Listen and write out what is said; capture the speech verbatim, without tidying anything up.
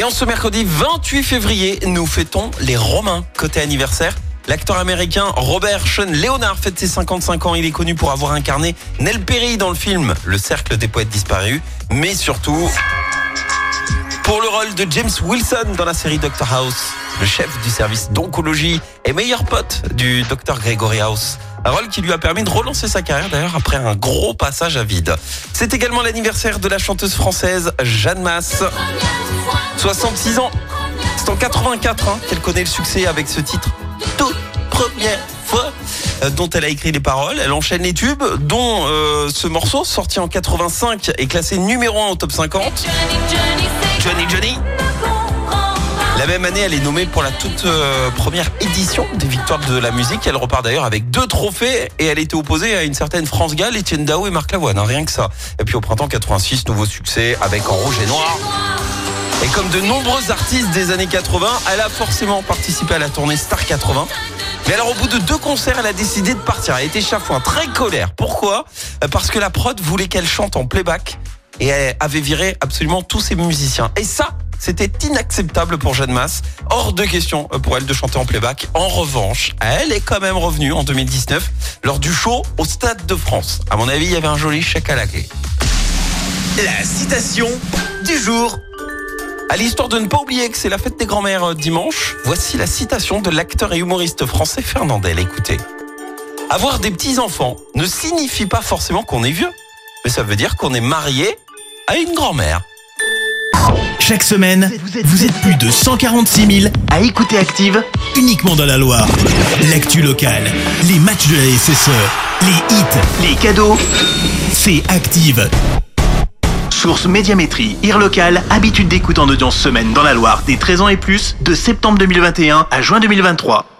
Et en ce mercredi vingt-huit février, nous fêtons les Romains. Côté anniversaire, l'acteur américain Robert Sean Leonard fête ses cinquante-cinq ans. Il est connu pour avoir incarné Nell Perry dans le film Le Cercle des Poètes Disparus, mais surtout pour le rôle de James Wilson dans la série Doctor House, le chef du service d'oncologie et meilleur pote du docteur Gregory House. Un rôle qui lui a permis de relancer sa carrière d'ailleurs après un gros passage à vide. C'est également l'anniversaire de la chanteuse française Jeanne Masse. soixante-six ans. C'est en quatre-vingt-quatre hein, qu'elle connaît le succès avec ce titre. Toute première fois euh, dont elle a écrit les paroles. Elle enchaîne les tubes, dont euh, ce morceau sorti en quatre-vingt-cinq est classé numéro un au top cinquante. Johnny Johnny. La même année, elle est nommée pour la toute euh, première édition des Victoires de la musique. Elle repart d'ailleurs avec deux trophées et elle était opposée à une certaine France Gall, Étienne Dao et Marc Lavoine, hein, rien que ça. Et puis au printemps quatre-vingt-six, nouveau succès avec En Rouge et Noir. Et comme de nombreux artistes des années quatre-vingts, elle a forcément participé à la tournée Star quatre-vingts. Mais alors au bout de deux concerts, elle a décidé de partir. Elle était chafouin, très colère. Pourquoi ? Parce que la prod voulait qu'elle chante en playback et elle avait viré absolument tous ses musiciens. Et ça, c'était inacceptable pour Jeanne Masse. Hors de question pour elle de chanter en playback. En revanche, elle est quand même revenue en deux mille dix-neuf lors du show au Stade de France. À mon avis, il y avait un joli chèque à la clé. La citation du jour. À l'histoire de ne pas oublier que c'est la fête des grands-mères dimanche, voici la citation de l'acteur et humoriste français Fernandel. Écoutez. Avoir des petits-enfants ne signifie pas forcément qu'on est vieux, mais ça veut dire qu'on est marié à une grand-mère. Chaque semaine, vous êtes plus de cent quarante-six mille à écouter Active uniquement dans la Loire. L'actu locale, les matchs de la S S E, les hits, les cadeaux, c'est Active. Source Médiamétrie, I R local, habitude d'écoute en audience semaine dans la Loire des treize ans et plus, de septembre deux mille vingt et un à juin deux mille vingt-trois.